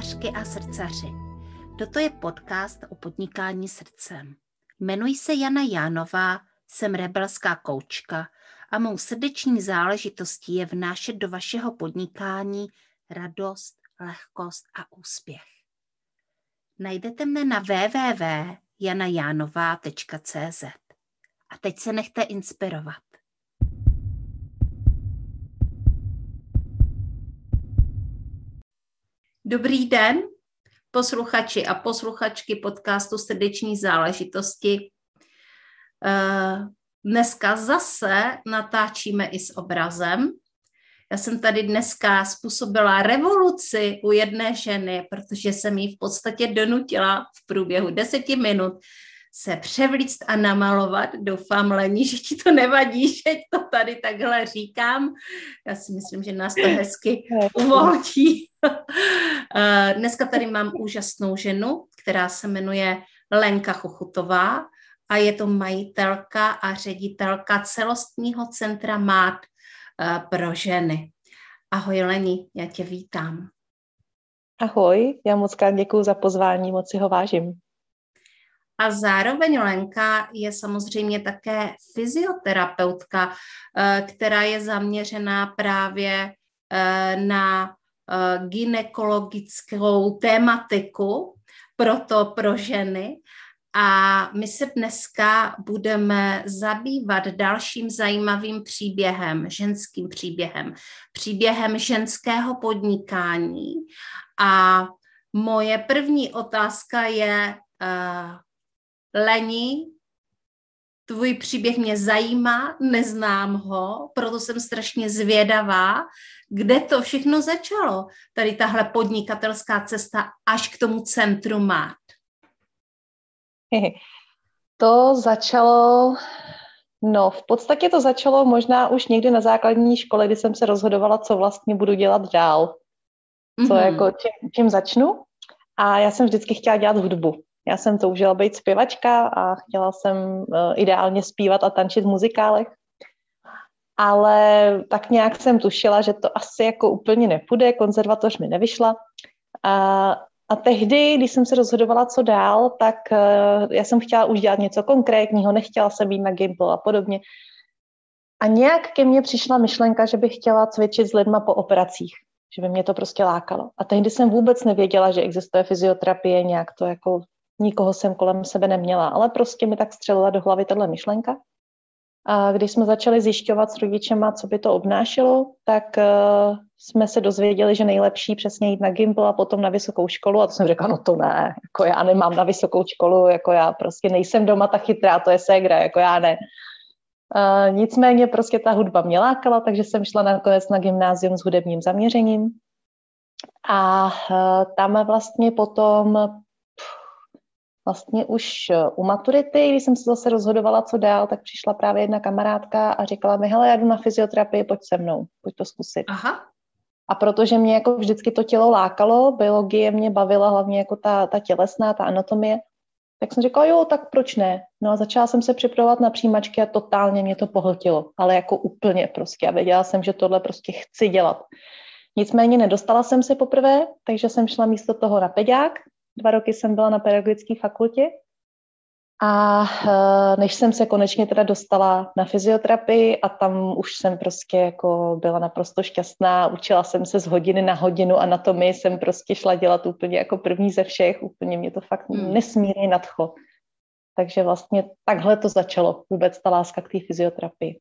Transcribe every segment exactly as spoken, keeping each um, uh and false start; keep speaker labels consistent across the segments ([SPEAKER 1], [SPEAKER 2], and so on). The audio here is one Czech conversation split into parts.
[SPEAKER 1] srdcařky a srdcaři. Toto je podcast o podnikání srdcem. Jmenuji se Jana Jánová, jsem rebelská koučka a mou srdeční záležitostí je vnášet do vašeho podnikání radost, lehkost a úspěch. Najdete mne na w w w tečka jana jánová tečka c z. A teď se nechte inspirovat. Dobrý den, posluchači a posluchačky podcastu Srdeční záležitosti. Dneska zase natáčíme i s obrazem. Já jsem tady dneska způsobila revoluci u jedné ženy, protože jsem ji v podstatě donutila v průběhu deseti minut se převlíct a namalovat. Doufám, Leni, že ti to nevadí, že to tady takhle říkám. Já si myslím, že nás to hezky uvolí. Dneska tady mám úžasnou ženu, která se jmenuje Lenka Chochutová a je to majitelka a ředitelka celostního centra M A D pro ženy. Ahoj Leni, já tě vítám.
[SPEAKER 2] Ahoj, já moc krát děkuju za pozvání, moc si ho vážím.
[SPEAKER 1] A zároveň Lenka je samozřejmě také fyzioterapeutka, která je zaměřená právě na gynekologickou tématiku, proto pro ženy. A my se dneska budeme zabývat dalším zajímavým příběhem, ženským příběhem, příběhem ženského podnikání. A moje první otázka je, uh, Leni, tvůj příběh mě zajímá, neznám ho, proto jsem strašně zvědavá, kde to všechno začalo, tady tahle podnikatelská cesta až k tomu centru M A D.
[SPEAKER 2] To začalo, no v podstatě to začalo možná už někdy na základní škole, kdy jsem se rozhodovala, co vlastně budu dělat dál, co mm-hmm. jako čím, čím začnu. A já jsem vždycky chtěla dělat hudbu. Já jsem toužila být zpěvačka a chtěla jsem uh, ideálně zpívat a tančit v muzikálech. Ale tak nějak jsem tušila, že to asi jako úplně nepůjde, konzervatoř mi nevyšla. A A tehdy, když jsem se rozhodovala, co dál, tak uh, já jsem chtěla už dělat něco konkrétního, nechtěla jsem jít na Gimpl a podobně. A nějak ke mně přišla myšlenka, že bych chtěla cvičit s lidma po operacích, že by mě to prostě lákalo. A tehdy jsem vůbec nevěděla, že existuje fyzioterapie, nějak to jako nikoho jsem kolem sebe neměla, ale prostě mi tak střelila do hlavy tahle myšlenka. A když jsme začali zjišťovat s rodičema, co by to obnášelo, tak uh, jsme se dozvěděli, že nejlepší přesně jít na Gimpl a potom na vysokou školu. A to jsem řekla, no to ne, jako já nemám na vysokou školu, jako já prostě nejsem doma ta chytrá, to je ségra, jako já ne. Uh, nicméně prostě ta hudba mě lákala, takže jsem šla nakonec na gymnázium s hudebním zaměřením. A uh, tam vlastně potom Vlastně už u maturity, když jsem se zase rozhodovala, co dál, tak přišla právě jedna kamarádka a říkala mi, hele, já jdu na fyzioterapii, pojď se mnou, pojď to zkusit.
[SPEAKER 1] Aha.
[SPEAKER 2] A protože mě jako vždycky to tělo lákalo, biologie mě bavila, hlavně jako ta, ta tělesná, ta anatomie, tak jsem říkala, jo, tak proč ne? No a začala jsem se připravovat na přijímačky a totálně mě to pohltilo, ale jako úplně prostě. A věděla jsem, že tohle prostě chci dělat. Nicméně nedostala jsem se poprvé, takže jsem šla místo toho na peďák. Dva roky jsem byla na pedagogické fakultě a než jsem se konečně teda dostala na fyzioterapii a tam už jsem prostě jako byla naprosto šťastná, učila jsem se z hodiny na hodinu, anatomii jsem prostě šla dělat úplně jako první ze všech, úplně mě to fakt hmm. nesmírně nadchlo. Takže vlastně takhle to začalo, vůbec ta láska k té fyzioterapii.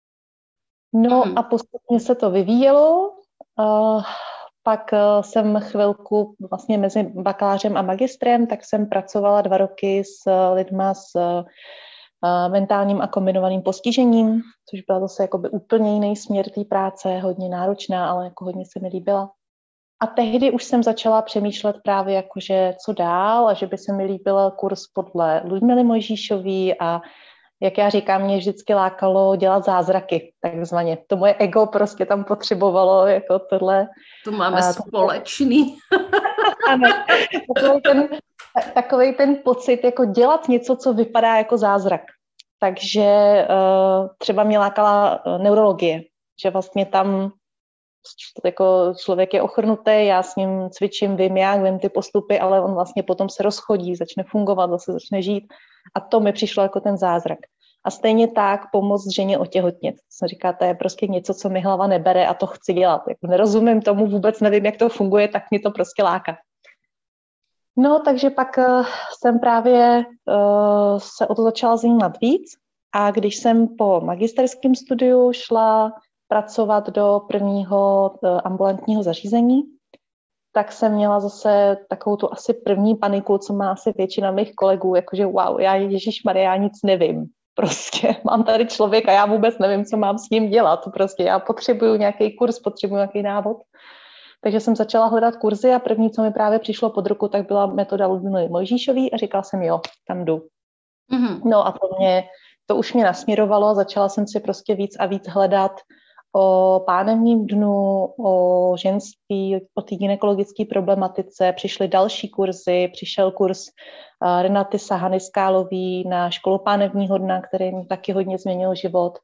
[SPEAKER 2] No hmm. a postupně se to vyvíjelo. Uh, Pak jsem chvilku vlastně mezi bakalářem a magistrem, tak jsem pracovala dva roky s lidma s mentálním a kombinovaným postižením, což byla zase jakoby úplně jiný směr té práce, hodně náročná, ale jako hodně se mi líbila. A tehdy už jsem začala přemýšlet právě jakože co dál a že by se mi líbil kurz podle Ludmily Mojžíšový a jak já říkám, mě vždycky lákalo dělat zázraky, takzvaně. To moje ego prostě tam potřebovalo jako tohle.
[SPEAKER 1] To máme a, společný.
[SPEAKER 2] Ano, takový ten, takový ten pocit, jako dělat něco, co vypadá jako zázrak. Takže uh, třeba mě lákala neurologie, že vlastně tam jako člověk je ochrnutý, já s ním cvičím, vím jak, vím ty postupy, ale on vlastně potom se rozchodí, začne fungovat, zase začne žít a to mi přišlo jako ten zázrak. A stejně tak pomoct ženě otěhotnět. Jsem říká, to je prostě něco, co mi hlava nebere a to chci dělat. Jako nerozumím tomu, vůbec nevím, jak to funguje, tak mi to prostě láká. No, takže pak uh, jsem právě uh, se o to začala zajímat víc a když jsem po magisterském studiu šla pracovat do prvního uh, ambulantního zařízení, tak jsem měla zase takovou tu asi první paniku, co má asi většina mých kolegů, jakože wow, já ježišmarja, já nic nevím. Prostě mám tady člověka, já vůbec nevím, co mám s ním dělat. Prostě já potřebuju nějaký kurz, potřebuju nějaký návod. Takže jsem začala hledat kurzy a první, co mi právě přišlo pod ruku, tak byla metoda Ludmily Mojžíšový a říkala jsem, jo, tam jdu. Mm-hmm. No a to, mě, to už mě nasměrovalo, začala jsem si prostě víc a víc hledat o pánevním dnu, o ženství, o té gynekologické problematice. Přišly další kurzy, přišel kurz uh, Renaty Sahany Skálový na školu pánevního dna, který mi taky hodně změnil život.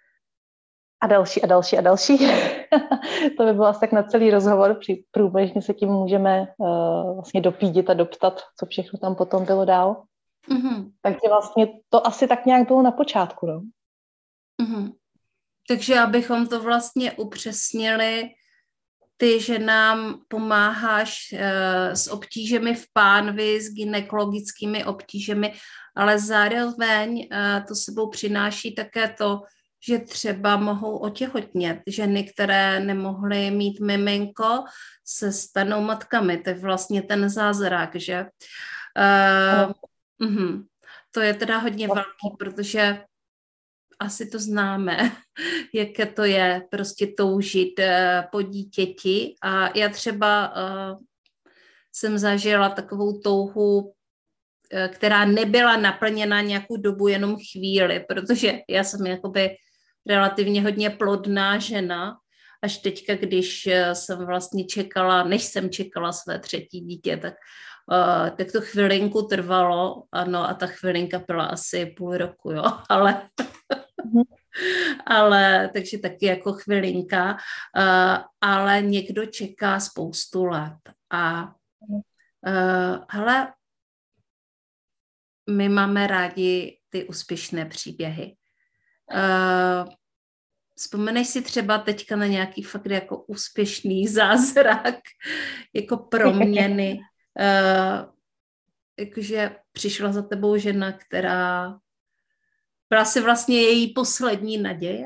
[SPEAKER 2] A další a další a další. To by bylo asi tak na celý rozhovor. Průběžně se tím můžeme uh, vlastně dopídit a doptat, co všechno tam potom bylo dál. Mm-hmm. Takže vlastně to asi tak nějak bylo na počátku. No?
[SPEAKER 1] Mm-hmm. Takže abychom to vlastně upřesnili, ty, že nám pomáháš uh, s obtížemi v pánvi, s gynekologickými obtížemi, ale zároveň uh, to sebou přináší také to, že třeba mohou otěhotnět. Ženy, které nemohly mít miminko, se stanou matkami. To je vlastně ten zázrak, že? Uh, uh-huh. To je teda hodně velký, protože asi to známe, jaké to je prostě toužit uh, po dítěti. A já třeba uh, jsem zažila takovou touhu, uh, která nebyla naplněna nějakou dobu, jenom chvíli, protože já jsem jakoby relativně hodně plodná žena, až teďka, když jsem vlastně čekala, než jsem čekala své třetí dítě, tak, uh, tak to chvilinku trvalo, ano, a ta chvilinka byla asi půl roku, jo, ale, ale takže taky jako chvilinka, uh, ale někdo čeká spoustu let a uh, hele, my máme rádi ty úspěšné příběhy. Uh, vzpomeneš si třeba teďka na nějaký fakt jako úspěšný zázrak, jako proměny, uh, jakože přišla za tebou žena, která byla si vlastně její poslední naděje?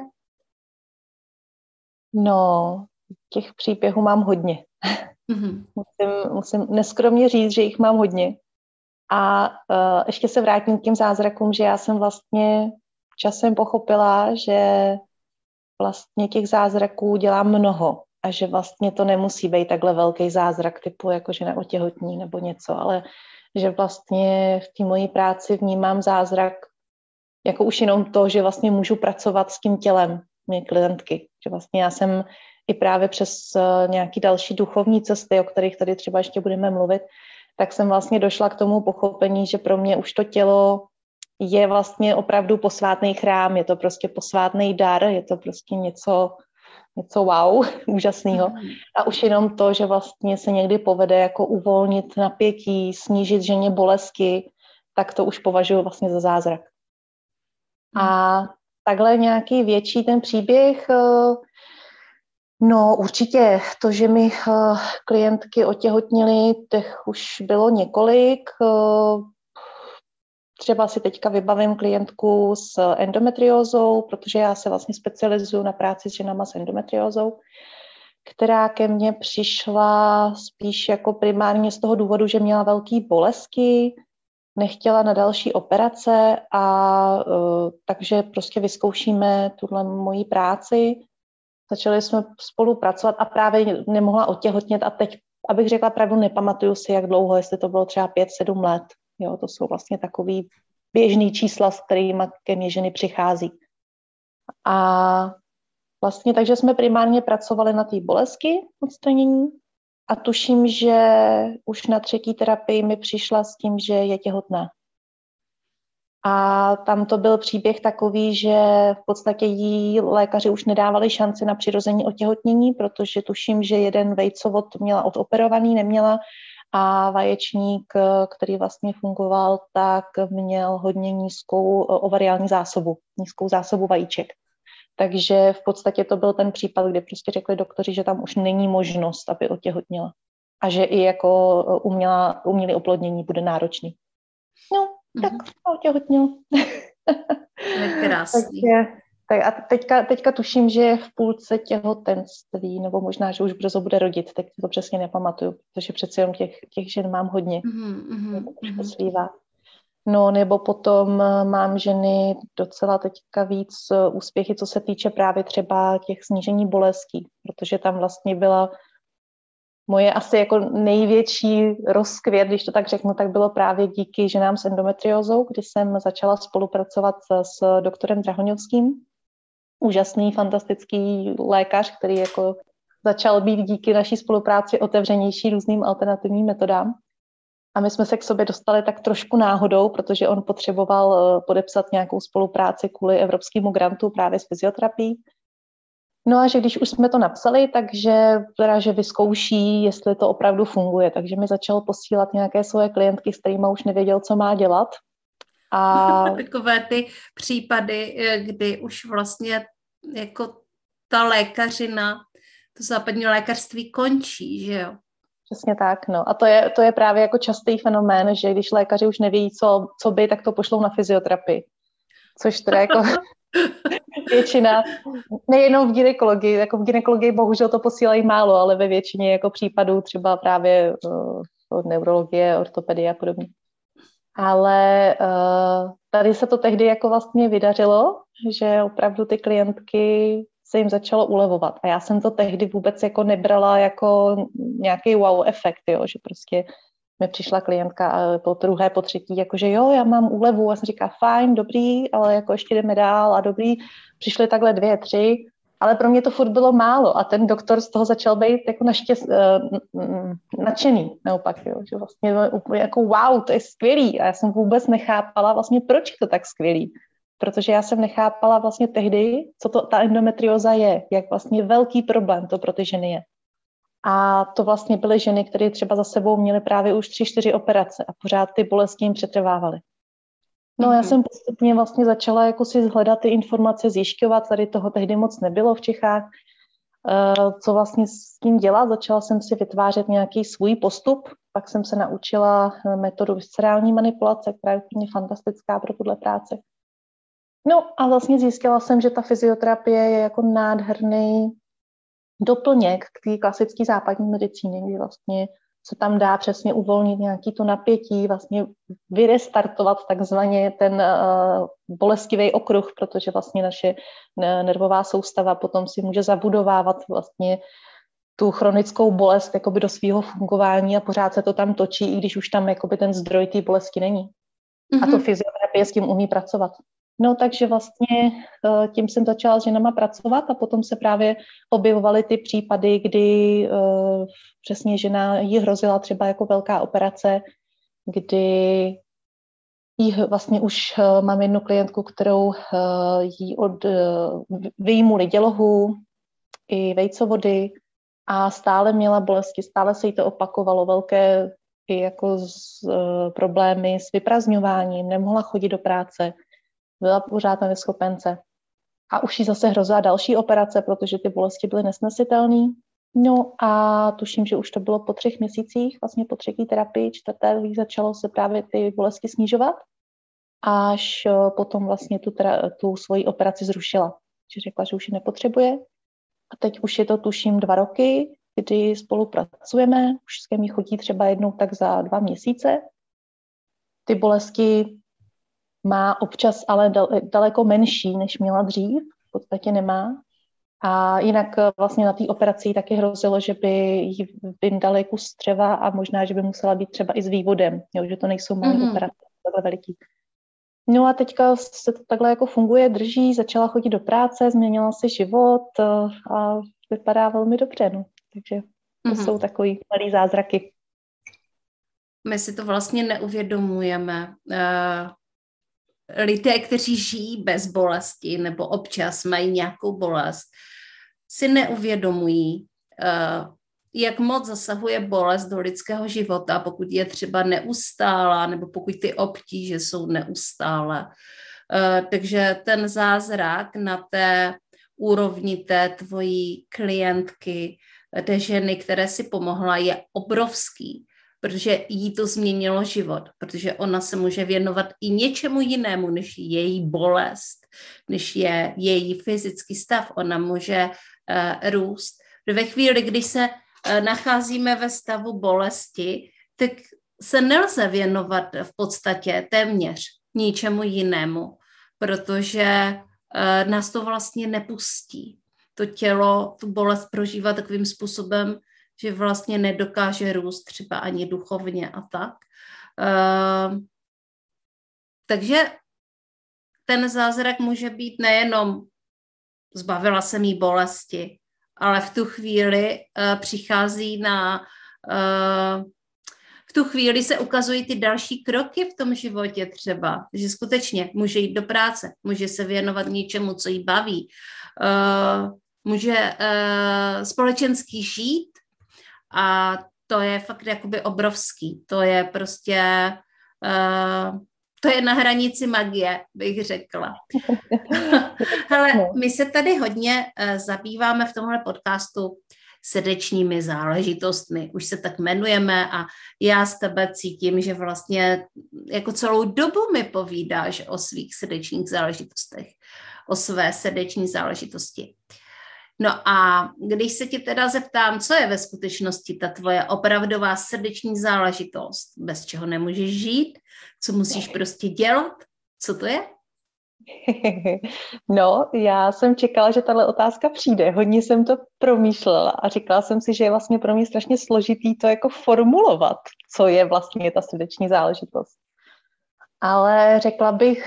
[SPEAKER 2] No, těch příběhů mám hodně. Mm-hmm. Musím, musím neskromně říct, že jich mám hodně. A uh, ještě se vrátím k těm zázrakům, že já jsem vlastně časem pochopila, že vlastně těch zázraků dělám mnoho a že vlastně to nemusí být takhle velký zázrak typu jako žena otěhotní nebo něco, ale že vlastně v té mojí práci vnímám zázrak jako už jenom to, že vlastně můžu pracovat s tím tělem mé klientky. Že vlastně já jsem i právě přes uh, nějaký další duchovní cesty, o kterých tady třeba ještě budeme mluvit, tak jsem vlastně došla k tomu pochopení, že pro mě už to tělo je vlastně opravdu posvátný chrám, je to prostě posvátný dar, je to prostě něco, něco wow, úžasného. A už jenom to, že vlastně se někdy povede jako uvolnit napětí, snížit ženě bolesti, tak to už považuji vlastně za zázrak. A takhle nějaký větší ten příběh, no určitě to, že mi klientky otěhotnily, těch už bylo několik. Třeba si teďka vybavím klientku s endometriózou, protože já se vlastně specializuju na práci s ženama s endometriózou, která ke mně přišla spíš jako primárně z toho důvodu, že měla velké bolesti, nechtěla na další operace a uh, takže prostě vyzkoušíme tuhle moji práci. Začali jsme spolupracovat a právě nemohla otěhotnět a teď, abych řekla pravdu, nepamatuju si, jak dlouho, jestli to bylo třeba pět, sedm let. Jo, to jsou vlastně takový běžný čísla, s kterými ke mně ženy přichází. A vlastně takže jsme primárně pracovali na té bolesti odstranění a tuším, že už na třetí terapii mi přišla s tím, že je těhotná. A tam to byl příběh takový, že v podstatě jí lékaři už nedávali šanci na přirozené otěhotnění, protože tuším, že jeden vejcovod měla odoperovaný, neměla, a vaječník, který vlastně fungoval, tak měl hodně nízkou ovariální zásobu, nízkou zásobu vajíček. Takže v podstatě to byl ten případ, kdy prostě řekli doktoři, že tam už není možnost, aby otěhotněla. A že i jako umělá, umělé oplodnění bude náročný. No, tak mm-hmm. otěhotněl.
[SPEAKER 1] To je krásný.
[SPEAKER 2] Takže, tak a teďka, teďka tuším, že je v půlce těhotenství, nebo možná, že už brzo bude rodit, teď to přesně nepamatuju, protože přece jenom těch, těch žen mám hodně. Mm-hmm. Mm-hmm. No, nebo potom mám ženy docela teďka víc úspěchy, co se týče právě třeba těch snížení bolestí, protože tam vlastně byla moje asi jako největší rozkvět, když to tak řeknu, tak bylo právě díky ženám s endometriózou, kdy jsem začala spolupracovat s, s doktorem Drahoňovským. Úžasný, fantastický lékař, který jako začal být díky naší spolupráci otevřenější různým alternativním metodám. A my jsme se k sobě dostali tak trošku náhodou, protože on potřeboval podepsat nějakou spolupráci kvůli evropskému grantu právě s fyzioterapií. No a že když už jsme to napsali, takže teda, že vyzkouší, jestli to opravdu funguje. Takže mi začal posílat nějaké svoje klientky, s kterými už nevěděl, co má dělat. A
[SPEAKER 1] takové ty případy, kdy už vlastně jako ta lékařina, to západní lékařství končí, že jo?
[SPEAKER 2] Přesně tak, no. A to je, to je právě jako častý fenomén, že když lékaři už nevědí, co, co by, tak to pošlou na fyzioterapii. Což teda jako většina, nejenom v gynekologii, jako v gynekologii bohužel to posílají málo, ale ve většině jako případů třeba právě uh, od neurologie, ortopedie a podobně. Ale uh, tady se to tehdy jako vlastně vydařilo, že opravdu ty klientky se jim začalo ulevovat. A já jsem to tehdy vůbec jako nebrala jako nějaký wow efekt, jo, že prostě mi přišla klientka po druhé, po třetí, jakože jo, já mám úlevu a jsem říká, fajn, dobrý, ale jako ještě jdeme dál a dobrý. Přišly takhle dvě, tři, ale pro mě to furt bylo málo a ten doktor z toho začal být jako naštěst, uh, nadšený, naopak, jo, že vlastně jako wow, to je skvělý a já jsem vůbec nechápala vlastně, proč je to tak skvělý. Protože já jsem nechápala vlastně tehdy, co to ta endometrióza je, jak vlastně velký problém to pro ty ženy je. A to vlastně byly ženy, které třeba za sebou měly právě už tři, čtyři operace a pořád ty bolesti jim přetrvávaly. No mm-hmm. já jsem postupně vlastně začala jako si hledat ty informace, zjišťovat, tady toho tehdy moc nebylo v Čechách, co vlastně s tím dělat. Začala jsem si vytvářet nějaký svůj postup, pak jsem se naučila metodu viscerální manipulace, která je úplně fantastická pro tuhle práci. No a vlastně zjistila jsem, že ta fyzioterapie je jako nádherný doplněk k té klasické západní medicíny, kdy vlastně se tam dá přesně uvolnit nějaký to napětí, vlastně vyrestartovat takzvaně ten uh, bolestivý okruh, protože vlastně naše nervová soustava potom si může zabudovávat vlastně tu chronickou bolest jakoby do svého fungování a pořád se to tam točí, i když už tam jakoby ten zdroj té bolesti není. Mm-hmm. A to fyzioterapie s tím umí pracovat. No takže vlastně tím jsem začala s ženama pracovat a potom se právě objevovaly ty případy, kdy uh, přesně žena jí hrozila třeba jako velká operace, kdy jí vlastně už uh, mám jednu klientku, kterou uh, jí od, uh, vyjmuli dělohu i vejcovody a stále měla bolesti, stále se jí to opakovalo, velké i jako z, uh, problémy s vyprazňováním, nemohla chodit do práce, byla pořád na neschopence. A už jí zase hrozila další operace, protože ty bolesti byly nesnesitelné. No a tuším, že už to bylo po třech měsících, vlastně po třetí terapii, čtvrté začalo se právě ty bolesti snižovat, až potom vlastně tu, tera- tu svoji operaci zrušila. Že řekla, že už ji nepotřebuje. A teď už je to tuším dva roky, kdy spolupracujeme, už s kým chodí třeba jednou tak za dva měsíce. Ty bolesti má občas ale daleko menší, než měla dřív, v podstatě nemá. A jinak vlastně na té operaci taky hrozilo, že by jí vyndali kus střeva a možná, že by musela být třeba i s vývodem, jo, že to nejsou malé mm-hmm. operace, takhle veliký. No a teďka se to takhle jako funguje, drží, začala chodit do práce, změnila si život a vypadá velmi dobře, no. Takže to mm-hmm. jsou takový malý zázraky.
[SPEAKER 1] My si to vlastně neuvědomujeme. Uh... lidé, kteří žijí bez bolesti nebo občas mají nějakou bolest, si neuvědomují, jak moc zasahuje bolest do lidského života, pokud je třeba neustálá, nebo pokud ty obtíže jsou neustále. Takže ten zázrak na té úrovni té tvojí klientky, té ženy, které si pomohla, je obrovský, protože jí to změnilo život, protože ona se může věnovat i něčemu jinému, než její bolest, než je její fyzický stav. Ona může uh, růst. Ve chvíli, když se uh, nacházíme ve stavu bolesti, tak se nelze věnovat v podstatě téměř ničemu jinému, protože uh, nás to vlastně nepustí. To tělo tu bolest prožívá takovým způsobem, že vlastně nedokáže růst třeba ani duchovně a tak. Uh, takže ten zázrak může být nejenom zbavila se mý bolesti, ale v tu chvíli uh, přichází na... Uh, v tu chvíli se ukazují ty další kroky v tom životě třeba, že skutečně může jít do práce, může se věnovat něčemu, co jí baví, uh, může uh, společensky žít, a to je fakt jakoby obrovský. To je prostě, uh, to je na hranici magie, bych řekla. Hele, my se tady hodně uh, zabýváme v tomhle podcastu srdečními záležitostmi. Už se tak jmenujeme a já z tebe cítím, že vlastně jako celou dobu mi povídáš o svých srdečních záležitostech, o své srdeční záležitosti. No a když se tě teda zeptám, co je ve skutečnosti ta tvoje opravdová srdeční záležitost, bez čeho nemůžeš žít, co musíš prostě dělat, co to je?
[SPEAKER 2] No, já jsem čekala, že tahle otázka přijde. Hodně jsem to promýšlela a říkala jsem si, že je vlastně pro mě strašně složitý to jako formulovat, co je vlastně ta srdeční záležitost. Ale řekla bych,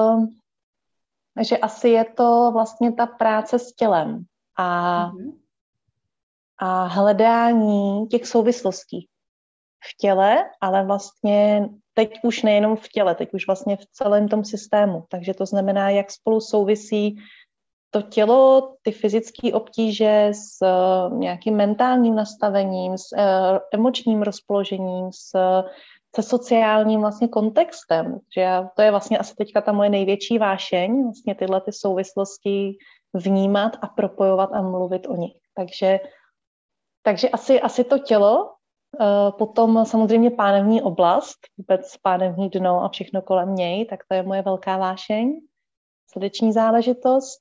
[SPEAKER 2] že asi je to vlastně ta práce s tělem a, mm-hmm. a hledání těch souvislostí v těle, ale vlastně teď už nejenom v těle, teď už vlastně v celém tom systému. Takže to znamená, jak spolu souvisí to tělo, ty fyzické obtíže s uh, nějakým mentálním nastavením, s uh, emočním rozpoložením, s, se sociálním vlastně kontextem. Že já, to je vlastně asi teďka ta moje největší vášeň, vlastně tyhle ty souvislosti vnímat a propojovat a mluvit o nich. Takže, takže asi, asi to tělo, potom samozřejmě pánevní oblast, vůbec pánevní dno a všechno kolem něj, tak to je moje velká vášeň, srdeční záležitost.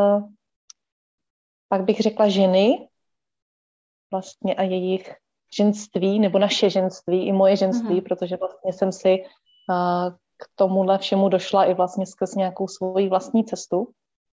[SPEAKER 2] Pak bych řekla ženy vlastně a jejich ženství, nebo naše ženství, i moje ženství, mm-hmm. protože vlastně jsem si k tomuhle všemu došla i vlastně skrz nějakou svoji vlastní cestu.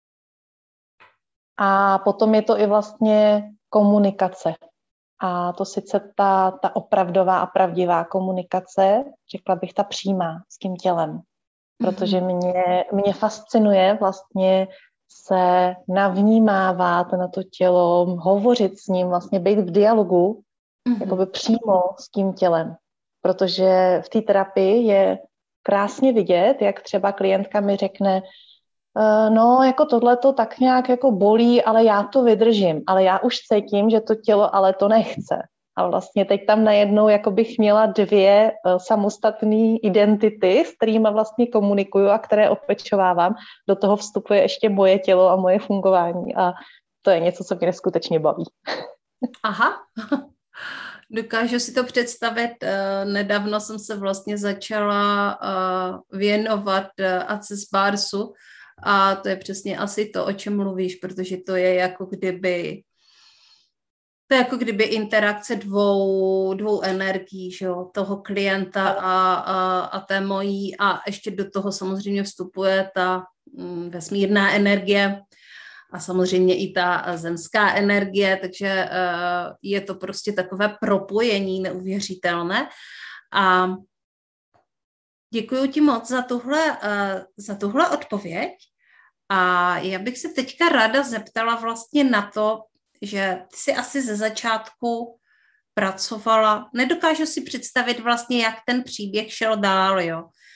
[SPEAKER 2] A potom je to i vlastně komunikace. A to sice ta, ta opravdová a pravdivá komunikace, řekla bych ta přímá s tím tělem. Protože mě, mě fascinuje vlastně se navnímávat na to tělo, hovořit s ním, vlastně být v dialogu, mm-hmm. jakoby přímo s tím tělem. Protože v té terapii je krásně vidět, jak třeba klientka mi řekne, no, jako tohle to tak nějak jako bolí, ale já to vydržím. Ale já už cítím, že to tělo ale to nechce. A vlastně teď tam najednou jako bych měla dvě uh, samostatné identity, s kterými vlastně komunikuju a které opečovávám. Do toho vstupuje ještě moje tělo a moje fungování. A to je něco, co mě neskutečně baví.
[SPEAKER 1] Aha. Dokážu si to představit. Nedávno jsem se vlastně začala věnovat Access Barsu. A to je přesně asi to, o čem mluvíš, protože to je jako kdyby to je jako kdyby interakce dvou, dvou energií, že jo? Toho klienta a, a, a té mojí a ještě do toho samozřejmě vstupuje ta mm, vesmírná energie a samozřejmě i ta zemská energie, takže uh, je to prostě takové propojení neuvěřitelné a děkuji ti moc za tuhle, uh, za tuhle odpověď a já bych se teďka ráda zeptala vlastně na to, že ty jsi asi ze začátku pracovala, nedokážu si představit vlastně, jak ten příběh šel dál, jo.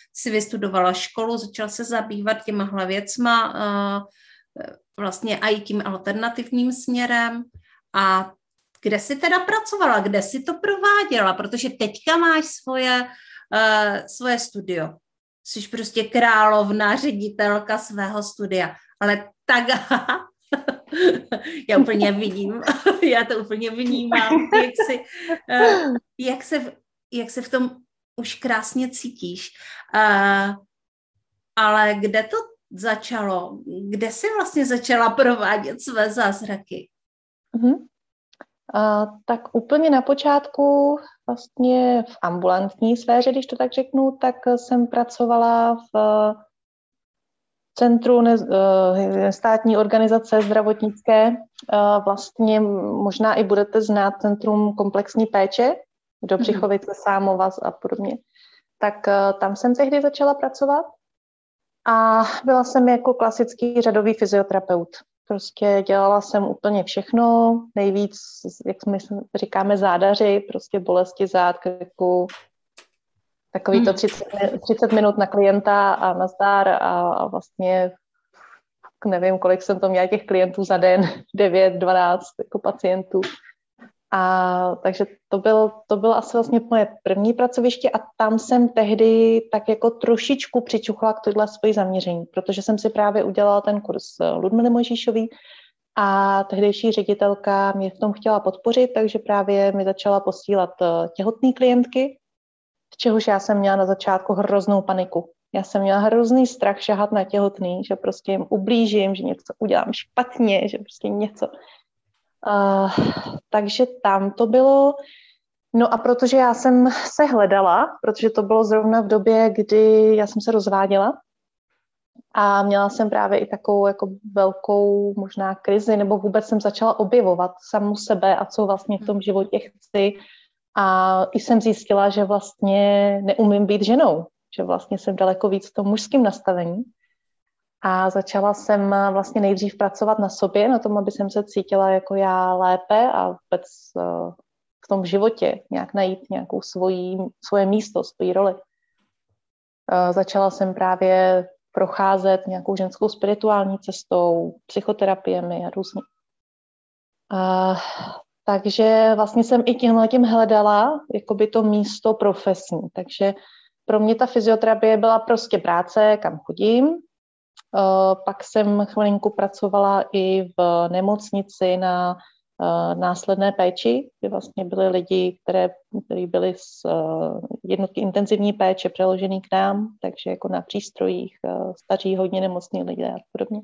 [SPEAKER 1] si vystudovala školu, začala se zabývat těmahle věcma, vlastně i tím alternativním směrem. A kde jsi teda pracovala, kde jsi to prováděla, protože teďka máš svoje, svoje studio. Jsi prostě královna, ředitelka svého studia, ale tak já úplně vidím, já to úplně vnímám, jak, si, jak, se, jak se v tom už krásně cítíš. Ale kde to začalo? Kde jsi vlastně začala provádět své zázraky?
[SPEAKER 2] Uh-huh. Uh, tak úplně na počátku vlastně v ambulantní sféře, když to tak řeknu, tak jsem pracovala v centru ne, státní organizace zdravotnické. Vlastně možná i budete znát Centrum komplexní péče do Břichovice, Sámova a podobně. Tak tam jsem tehdy začala pracovat a byla jsem jako klasický řadový fyzioterapeut. Prostě dělala jsem úplně všechno, nejvíc, jak my říkáme, zádaři, prostě bolesti zád, krku, takový to třicet, třicet minut na klienta a nazdar a, a vlastně nevím, kolik jsem to měla těch klientů za den, devět, dvanáct jako pacientů. A takže to byl, to bylo asi vlastně moje první pracoviště a tam jsem tehdy tak jako trošičku přičuchla k tohle svoje zaměření, protože jsem si právě udělala ten kurz Ludmily Mojžíšový a tehdejší ředitelka mě v tom chtěla podpořit, takže právě mi začala posílat těhotné klientky, z čehož já jsem měla na začátku hroznou paniku. Já jsem měla hrozný strach šahat na těhotný, že prostě jim ublížím, že něco udělám špatně, že prostě něco. Uh, takže tam to bylo. No a protože já jsem se hledala, protože to bylo zrovna v době, kdy já jsem se rozváděla a měla jsem právě i takovou jako velkou možná krizi, nebo vůbec jsem začala objevovat samu sebe a co vlastně v tom životě chci. A i jsem zjistila, že vlastně neumím být ženou, že vlastně jsem daleko víc v tom mužském nastavení. A začala jsem vlastně nejdřív pracovat na sobě, na tom, aby jsem se cítila jako já lépe a vůbec v tom životě nějak najít nějakou svoji, svoje místo, svoji roli. Začala jsem právě procházet nějakou ženskou spirituální cestou, psychoterapiemi a různě. A, takže vlastně jsem i tímhle tím hledala jakoby to místo profesní. Takže pro mě ta fyzioterapie byla prostě práce, kam chodím. Uh, pak jsem chvilinku pracovala i v nemocnici na uh, následné péči, kde vlastně byli lidi, které, kteří byli z uh, jednotky intenzivní péče přeložený k nám, takže jako na přístrojích, uh, staří, hodně nemocní lidé a podobně.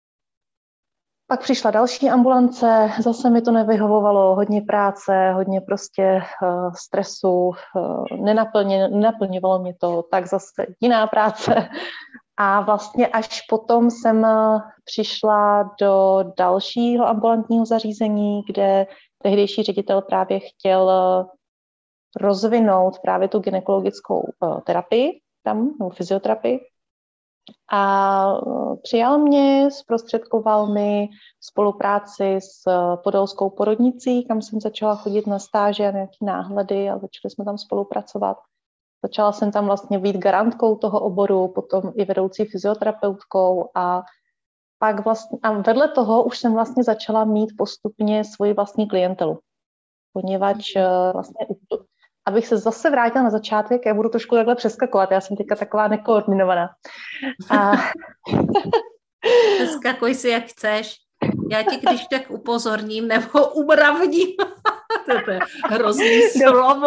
[SPEAKER 2] Pak přišla další ambulance, zase mi to nevyhovovalo, hodně práce, hodně prostě uh, stresu, uh, nenaplně, nenaplňovalo mě to, tak zase jiná práce. A vlastně až potom jsem přišla do dalšího ambulantního zařízení, kde tehdejší ředitel právě chtěl rozvinout právě tu gynekologickou terapii tam, nebo fyzioterapii. A přijal mě, zprostředkoval mi spolupráci s podolskou porodnicí, kam jsem začala chodit na stáže a nějaké náhledy a začali jsme tam spolupracovat. Začala jsem tam vlastně být garantkou toho oboru, potom i vedoucí fyzioterapeutkou a pak vlastně, a vedle toho už jsem vlastně začala mít postupně svoji vlastní klientelu. Poněvadž vlastně, abych se zase vrátila na začátek, já budu trošku takhle přeskakovat, já jsem teďka taková nekoordinovaná. A...
[SPEAKER 1] Přeskakuj si, jak chceš. Já ti když tak upozorním nebo umravním. To je hrozný slovo.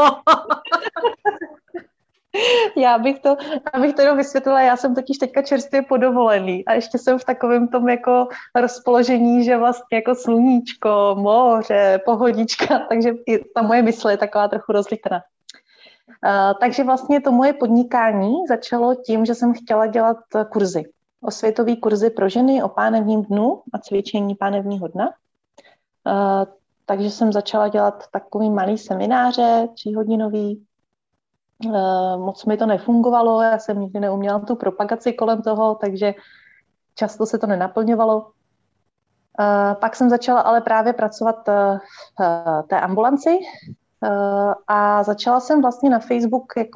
[SPEAKER 2] Já bych to, abych to jenom vysvětlila, já jsem totiž teďka čerstvě podovolený a ještě jsem v takovém tom jako rozpoložení, že vlastně jako sluníčko, moře, pohodička, takže i ta moje mysl je taková trochu rozlítaná. Uh, takže vlastně to moje podnikání začalo tím, že jsem chtěla dělat kurzy. Osvětový kurzy pro ženy o pánevním dnu a cvičení pánevního dna. Uh, takže jsem začala dělat takový malý semináře, tříhodinový. Uh, moc mi to nefungovalo, já jsem nikdy neuměla tu propagaci kolem toho, takže často se to nenaplňovalo. Uh, pak jsem začala ale právě pracovat uh, v té ambulanci uh, a začala jsem vlastně na Facebook jako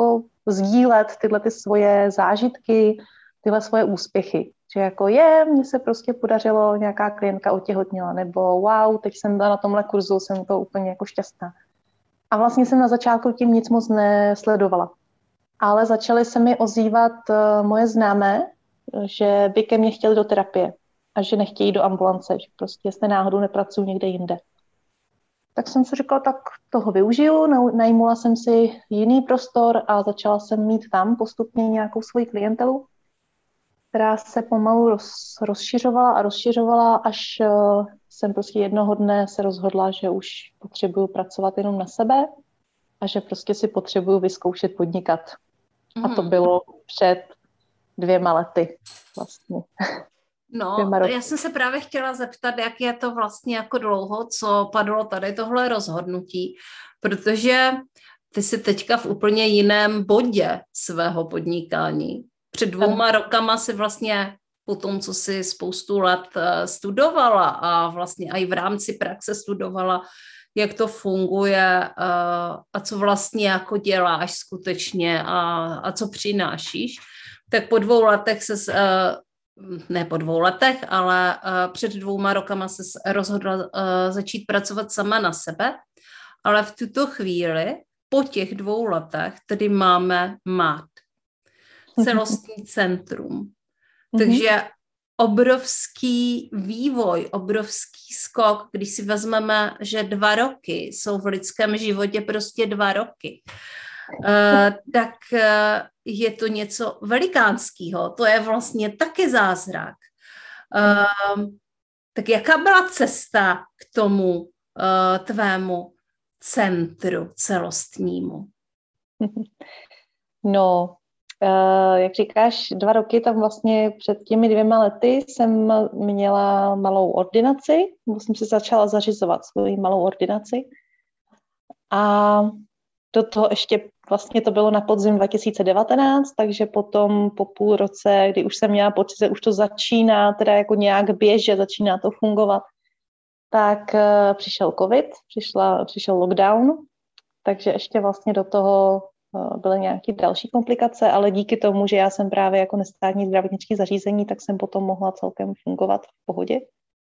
[SPEAKER 2] sdílet tyhle ty svoje zážitky, tyhle svoje úspěchy. Že jako je, mně se prostě podařilo, nějaká klientka otěhotněla, nebo wow, teď jsem byla na tomhle kurzu, jsem to úplně jako šťastná. A vlastně jsem na začátku tím nic moc nesledovala. Ale začaly se mi ozývat uh, moje známé, že by ke mně chtěli do terapie a že nechtějí do ambulance, že prostě jestli náhodou nepracuju někde jinde. Tak jsem si říkala, tak toho využiju, najmula jsem si jiný prostor a začala jsem mít tam postupně nějakou svoji klientelu, která se pomalu roz, rozšiřovala a rozšiřovala, až uh, jsem prostě jednoho dne se rozhodla, že už potřebuju pracovat jenom na sebe a že prostě si potřebuju vyzkoušet podnikat. Mm. A to bylo před dvěma lety vlastně.
[SPEAKER 1] No, já jsem se právě chtěla zeptat, jak je to vlastně jako dlouho, co padlo tady tohle rozhodnutí, protože ty jsi teďka v úplně jiném bodě svého podnikání. Před dvouma rokama si vlastně po tom, co si spoustu let studovala a vlastně i v rámci praxe studovala, jak to funguje a co vlastně jako děláš skutečně a, a co přinášíš, tak po dvou letech se, ne po dvou letech, ale před dvouma rokama se rozhodla začít pracovat sama na sebe, ale v tuto chvíli, po těch dvou letech, tedy máme M A D, celostní centrum. Takže obrovský vývoj, obrovský skok, když si vezmeme, že dva roky jsou v lidském životě prostě dva roky, uh, tak uh, je to něco velikánského. To je vlastně taky zázrak. Uh, tak jaká byla cesta k tomu uh, tvému centru celostnímu?
[SPEAKER 2] No, Uh, jak říkáš, dva roky, tam vlastně před těmi dvěma lety jsem měla malou ordinaci, nebo jsem si začala zařizovat svou malou ordinaci a do toho ještě vlastně to bylo na podzim dva tisíce devatenáct, takže potom po půl roce, kdy už jsem měla pocit, že už to začíná teda jako nějak běžet, začíná to fungovat, tak uh, přišel covid, přišla, přišel lockdown, takže ještě vlastně do toho byly nějaké další komplikace, ale díky tomu, že já jsem právě jako nestátní zdravotnické zařízení, tak jsem potom mohla celkem fungovat v pohodě.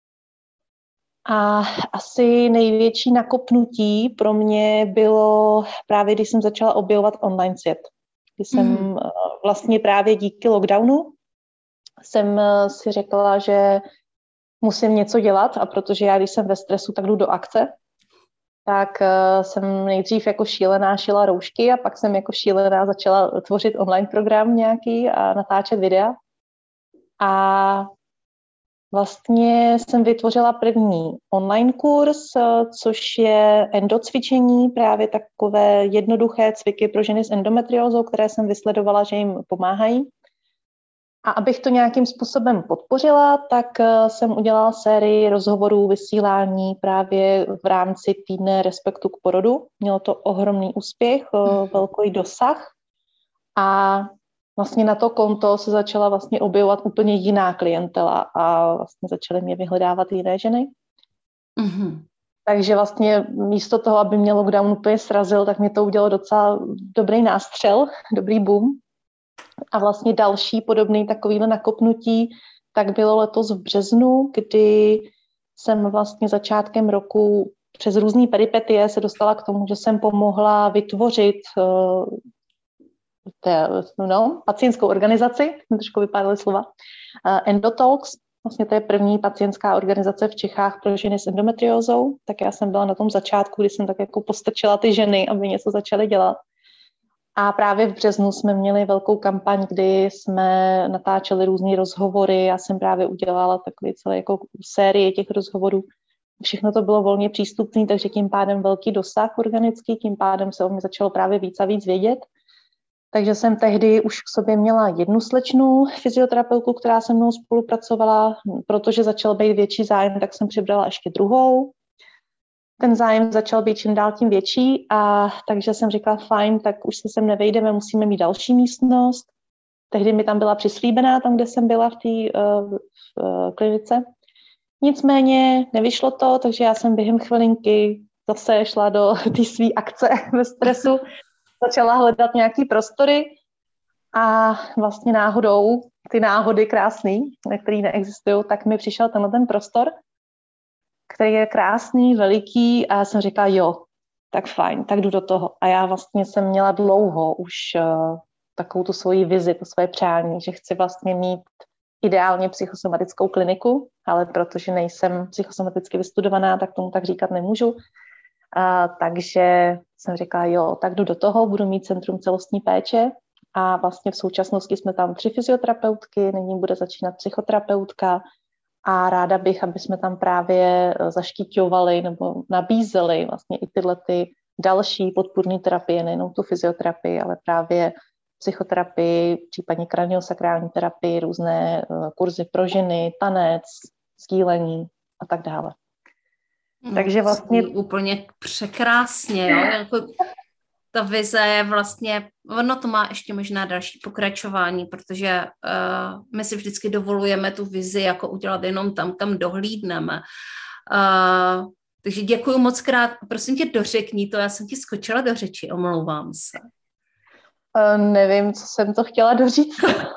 [SPEAKER 2] A asi největší nakopnutí pro mě bylo právě, když jsem začala objevovat online svět. Když jsem mm. vlastně právě díky lockdownu jsem si řekla, že musím něco dělat a protože já, když jsem ve stresu, tak jdu do akce. Tak uh, jsem nejdřív jako šílená šila roušky a pak jsem jako šílená začala tvořit online program nějaký a natáčet videa. A vlastně jsem vytvořila první online kurz, uh, což je endocvičení, právě takové jednoduché cviky pro ženy s endometriózou, které jsem vysledovala, že jim pomáhají. A abych to nějakým způsobem podpořila, tak jsem udělala sérii rozhovorů, vysílání právě v rámci týdne Respektu k porodu. Mělo to ohromný úspěch, velký dosah a vlastně na to konto se začala vlastně objevovat úplně jiná klientela a vlastně začaly mě vyhledávat jiné ženy. Mm-hmm. Takže vlastně místo toho, aby mě lockdown úplně srazil, tak mě to udělalo docela dobrý nástřel, dobrý boom. A vlastně další podobný takovýhle nakopnutí tak bylo letos v březnu, kdy jsem vlastně začátkem roku přes různý peripetie se dostala k tomu, že jsem pomohla vytvořit uh, té, no, pacientskou organizaci, trošku vypadaly slova, uh, Endotalks. Vlastně to je první pacientská organizace v Čechách pro ženy s endometriózou. Tak já jsem byla na tom začátku, kdy jsem tak jako postrčila ty ženy, aby něco začaly dělat. A právě v březnu jsme měli velkou kampaň, kdy jsme natáčeli různé rozhovory. Já jsem právě udělala takový celý jako série těch rozhovorů. Všechno to bylo volně přístupné, takže tím pádem velký dosah organický, tím pádem se o mě začalo právě víc a víc vědět. Takže jsem tehdy už k sobě měla jednu slečnu fyzioterapeutku, která se mnou spolupracovala. Protože začal být větší zájem, tak jsem přibrala ještě druhou. Ten zájem začal být čím dál tím větší a takže jsem říkala, fajn, tak už se sem nevejdeme, musíme mít další místnost. Tehdy mi tam byla přislíbená, tam, kde jsem byla v té uh, uh, klinice. Nicméně nevyšlo to, takže já jsem během chvilinky zase šla do té své akce ve stresu. začala hledat nějaký prostory a vlastně náhodou, ty náhody krásný, které neexistují, tak mi přišel tenhle ten prostor, který je krásný, veliký a já jsem říkala, jo, tak fajn, tak jdu do toho. A já vlastně jsem měla dlouho už uh, takovou tu svoji vizi, to svoje přání, že chci vlastně mít ideálně psychosomatickou kliniku, ale protože nejsem psychosomaticky vystudovaná, tak tomu tak říkat nemůžu. A, takže jsem říkala, jo, tak jdu do toho, budu mít centrum celostní péče a vlastně v současnosti jsme tam tři fyzioterapeutky, nyní bude začínat psychoterapeutka a ráda bych, aby jsme tam právě zaštiťovali nebo nabízeli vlastně i tyhle ty další podpůrné terapie, nejenom tu fyzioterapii, ale právě psychoterapii, případně kraniosakrální terapii, různé uh, kurzy pro ženy, tanec, sdílení a tak dále.
[SPEAKER 1] No,
[SPEAKER 2] takže vlastně...
[SPEAKER 1] Úplně překrásně, jo? Jako ta vize je vlastně, ono to má ještě možná další pokračování, protože uh, my si vždycky dovolujeme tu vizi jako udělat jenom tam, kam dohlídneme. Uh, takže děkuju moc krát. Prosím tě, dořekni to, já jsem ti skočila do řeči, omlouvám se.
[SPEAKER 2] Uh, nevím, co jsem to chtěla doříct.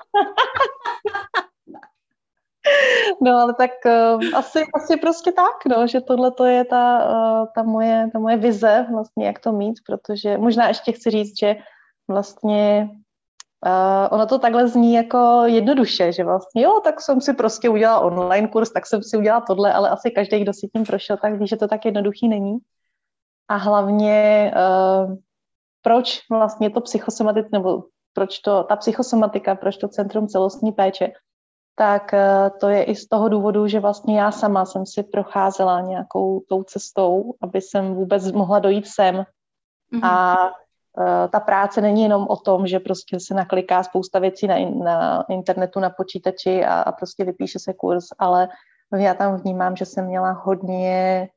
[SPEAKER 2] No, ale tak uh, asi, asi prostě tak, no, že tohle to je ta, uh, ta, moje, ta moje vize, vlastně, jak to mít, protože možná ještě chci říct, že vlastně uh, ono to takhle zní jako jednoduše, že vlastně jo, tak jsem si prostě udělala online kurz, tak jsem si udělala tohle, ale asi každý, kdo si tím prošel, tak ví, že to tak jednoduchý není. A hlavně uh, proč vlastně to psychosomatic, nebo proč to, ta psychosomatika, proč to centrum celostní péče, tak to je i z toho důvodu, že vlastně já sama jsem si procházela nějakou tou cestou, aby jsem vůbec mohla dojít sem. Mm-hmm. A uh, ta práce není jenom o tom, že prostě se nakliká spousta věcí na, in, na internetu, na počítači a, a prostě vypíše se kurz, ale já tam vnímám, že jsem měla hodně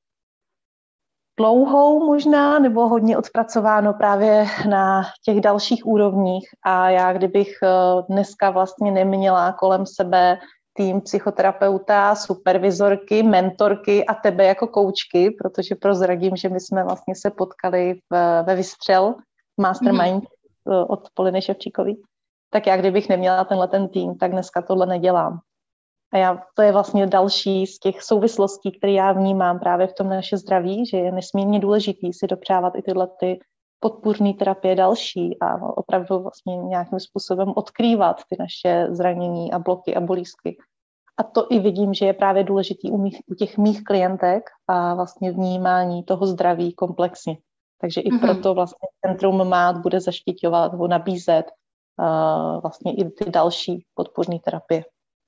[SPEAKER 2] dlouhou možná, nebo hodně odpracováno právě na těch dalších úrovních a já kdybych dneska vlastně neměla kolem sebe tým psychoterapeuta, supervizorky, mentorky a tebe jako koučky, protože prozradím, že my jsme vlastně se potkali v, ve Vystřel Mastermind mm-hmm. od Poliny Ševčíkový, tak já kdybych neměla tenhle ten tým, tak dneska tohle nedělám. A já, to je vlastně další z těch souvislostí, které já vnímám právě v tom naše zdraví, že je nesmírně důležitý si dopřávat i tyhle ty podpůrné terapie další a opravdu vlastně nějakým způsobem odkrývat ty naše zranění a bloky a bolístky. A to i vidím, že je právě důležitý u, mých, u těch mých klientek a vlastně vnímání toho zdraví komplexně. Takže i mm-hmm. proto vlastně Centrum M A D bude zaštiťovat nebo nabízet uh, vlastně i ty další podpůrné terapie.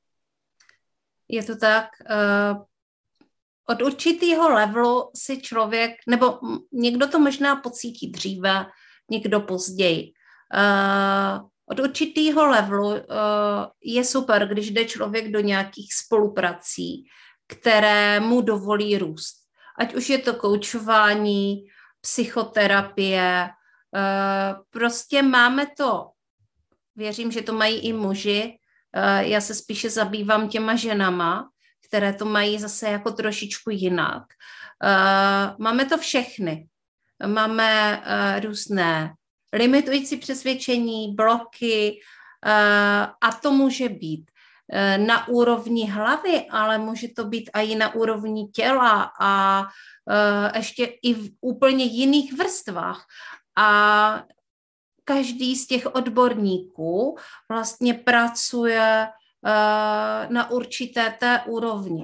[SPEAKER 1] Je to tak, uh, od určitého levelu si člověk, nebo někdo to možná pocítí dříve, někdo později. Uh, od určitého levelu uh, je super, když jde člověk do nějakých spoluprací, které mu dovolí růst. Ať už je to koučování, psychoterapie, uh, prostě máme to, věřím, že to mají i muži, uh, já se spíše zabývám těma ženama, které to mají zase jako trošičku jinak. Uh, máme to všechny. Máme uh, různé limitující přesvědčení, bloky uh, a to může být uh, na úrovni hlavy, ale může to být i na úrovni těla a uh, ještě i v úplně jiných vrstvách. A každý z těch odborníků vlastně pracuje na určité té úrovni.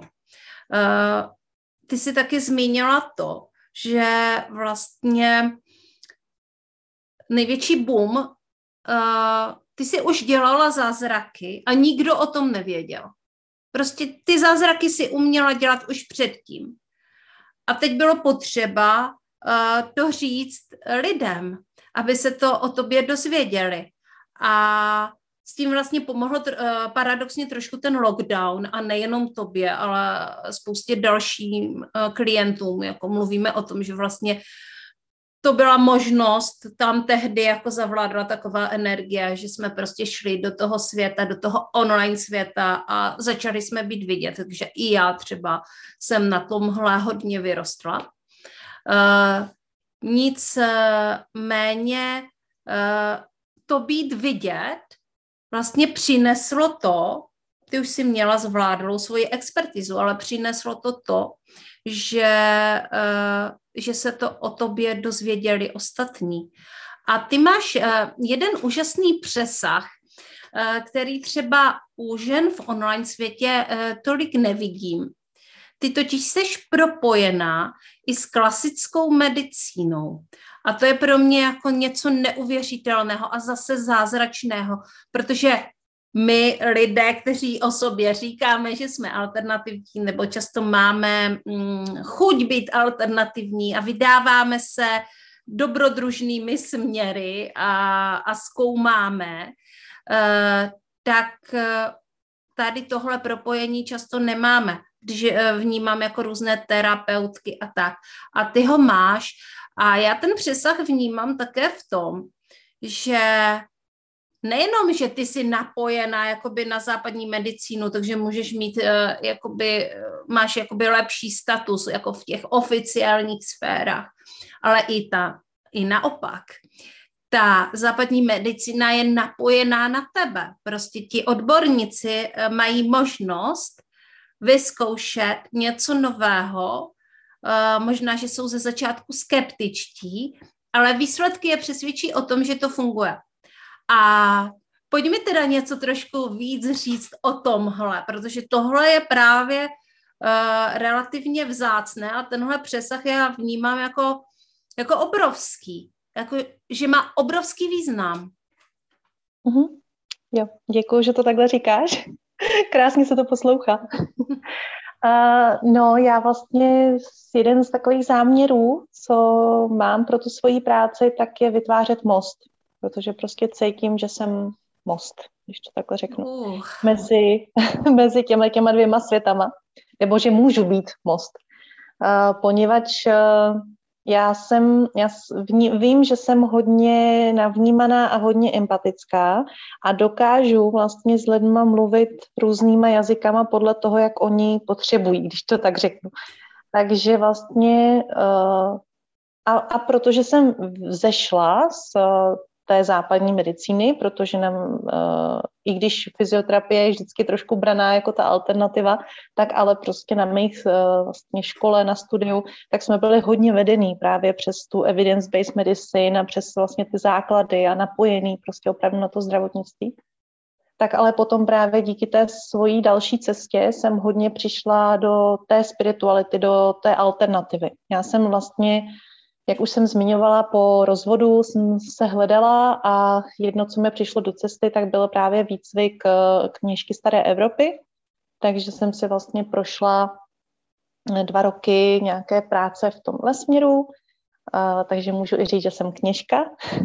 [SPEAKER 1] Ty jsi taky zmínila to, že vlastně největší boom, ty jsi už dělala zázraky a nikdo o tom nevěděl. Prostě ty zázraky si uměla dělat už předtím. A teď bylo potřeba to říct lidem, aby se to o tobě dozvěděli. A s tím vlastně pomohlo uh, paradoxně trošku ten lockdown a nejenom tobě, ale spoustě dalším uh, klientům, jako mluvíme o tom, že vlastně to byla možnost, tam tehdy jako zavládla taková energie, že jsme prostě šli do toho světa, do toho online světa a začali jsme být vidět, takže i já třeba jsem na tomhle hodně vyrostla. Uh, nic uh, méně to být vidět vlastně přineslo to, ty už si měla zvládlou svoji expertizu, ale přineslo to to, že, že se to o tobě dozvěděli ostatní. A ty máš jeden úžasný přesah, který třeba u žen v online světě tolik nevidím. Ty totiž seš propojená i s klasickou medicínou. A to je pro mě jako něco neuvěřitelného a zase zázračného, protože my lidé, kteří o sobě říkáme, že jsme alternativní, nebo často máme hm, chuť být alternativní a vydáváme se dobrodružnými směry a, a zkoumáme, eh, tak tady tohle propojení často nemáme, když vnímám jako různé terapeutky a tak. A ty ho máš. A já ten přesah vnímám také v tom, že nejenom, že ty jsi napojená jakoby na západní medicínu, takže můžeš mít, jakoby, máš jakoby lepší status jako v těch oficiálních sférách, ale i, ta, i naopak. Ta západní medicína je napojená na tebe. Prostě ti odborníci mají možnost vyzkoušet něco nového, možná, že jsou ze začátku skeptičtí, ale výsledky je přesvědčí o tom, že to funguje. A pojď mi teda něco trošku víc říct o tomhle, protože tohle je právě uh, relativně vzácné a tenhle přesah já vnímám jako, jako obrovský, jako, že má obrovský význam.
[SPEAKER 2] Mm-hmm. Jo, děkuji, že to takhle říkáš. Krásně se to poslouchá. Uh, no, já vlastně jeden z takových záměrů, co mám pro tu svoji práci, tak je vytvářet most. Protože prostě cítím, že jsem most, když to takhle řeknu, uh. mezi, mezi těma, těma dvěma světama. Nebo že můžu být most. Uh, poněvadž uh, já jsem, já vní, vím, že jsem hodně navnímaná a hodně empatická a dokážu vlastně s lidma mluvit různýma jazykama podle toho, jak oni potřebují, když to tak řeknu. Takže vlastně uh, a, a protože jsem vzešla z té západní medicíny, protože nám, uh, i když fyzioterapie je vždycky trošku braná jako ta alternativa, tak ale prostě na mých uh, vlastně škole, na studiu, tak jsme byli hodně vedený právě přes tu evidence-based medicine a přes vlastně ty základy a napojený prostě opravdu na to zdravotnictví. Tak ale potom právě díky té svojí další cestě jsem hodně přišla do té spirituality, do té alternativy. Já jsem vlastně Jak už jsem zmiňovala, po rozvodu jsem se hledala a jedno, co mi přišlo do cesty, tak byl právě výcvik knížky Staré Evropy. Takže jsem si vlastně prošla dva roky nějaké práce v tomhle směru, takže můžu i říct, že jsem kněžka.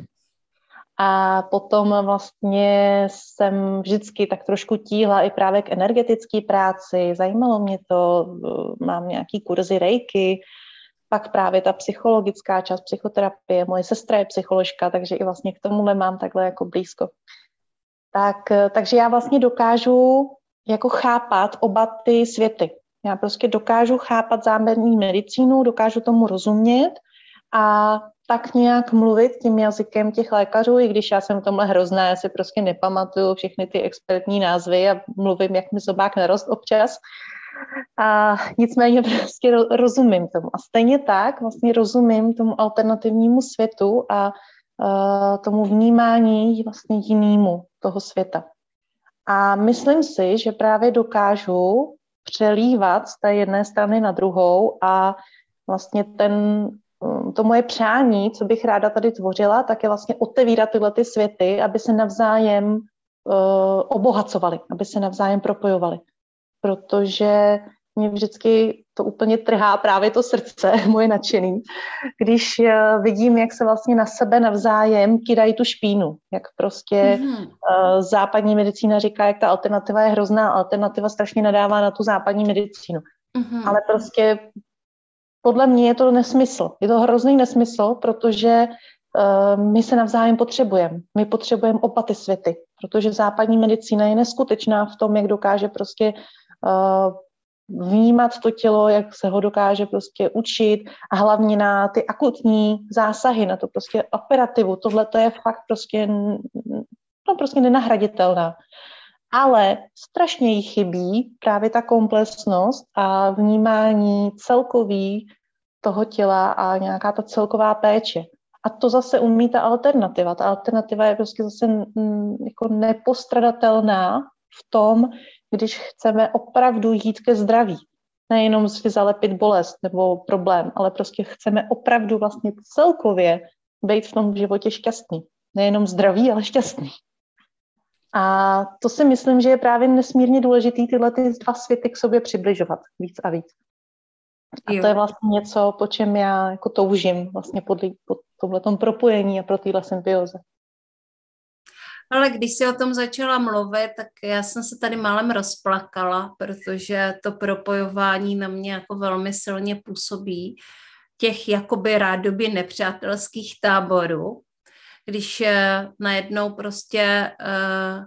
[SPEAKER 2] A potom vlastně jsem vždycky tak trošku tíhla i právě k energetické práci. Zajímalo mě to, mám nějaký kurzy reiki, pak právě ta psychologická část psychoterapie, moje sestra je psycholožka, takže i vlastně k tomuhle mám takhle jako blízko. Tak, takže já vlastně dokážu jako chápat oba ty světy. Já prostě dokážu chápat západní medicínu, dokážu tomu rozumět a tak nějak mluvit tím jazykem těch lékařů, i když já jsem v tomhle hrozná, já si prostě nepamatuju všechny ty expertní názvy a mluvím, jak mi zobák narost občas. A nicméně prostě rozumím tomu. A stejně tak vlastně rozumím tomu alternativnímu světu a uh, tomu vnímání vlastně jinému toho světa. A myslím si, že právě dokážu přelívat z té jedné strany na druhou a vlastně ten, to moje přání, co bych ráda tady tvořila, tak je vlastně otevírat tyhle ty světy, aby se navzájem uh, obohacovaly, aby se navzájem propojovaly. Protože mě vždycky to úplně trhá právě to srdce, moje nadšený, když vidím, jak se vlastně na sebe navzájem kydají tu špínu, jak prostě mm-hmm. uh, západní medicína říká, jak ta alternativa je hrozná, alternativa strašně nadává na tu západní medicínu. Mm-hmm. Ale prostě podle mě je to nesmysl. Je to hrozný nesmysl, protože uh, my se navzájem potřebujeme. My potřebujeme oba ty světy, protože západní medicína je neskutečná v tom, jak dokáže prostě Uh, vnímat to tělo, jak se ho dokáže prostě učit a hlavně na ty akutní zásahy, na to prostě operativu. Tohle to je fakt prostě, no prostě nenahraditelná. Ale strašně jí chybí právě ta komplexnost a vnímání celkový toho těla a nějaká ta celková péče. A to zase umí ta alternativa. Ta alternativa je prostě zase mm, jako nepostradatelná v tom, když chceme opravdu jít ke zdraví. Nejenom si zalepit bolest nebo problém, ale prostě chceme opravdu vlastně celkově být v tom životě šťastný. Nejenom zdraví, ale šťastný. A to si myslím, že je právě nesmírně důležitý tyhle ty dva světy k sobě přibližovat víc a víc. A to je vlastně něco, po čem já jako toužím vlastně po, po tomhletom propojení a pro téhle symbioze.
[SPEAKER 1] Ale když jsi o tom začala mluvit, tak já jsem se tady málem rozplakala, protože to propojování na mě jako velmi silně působí. Těch jakoby rádoby nepřátelských táborů, když najednou prostě uh,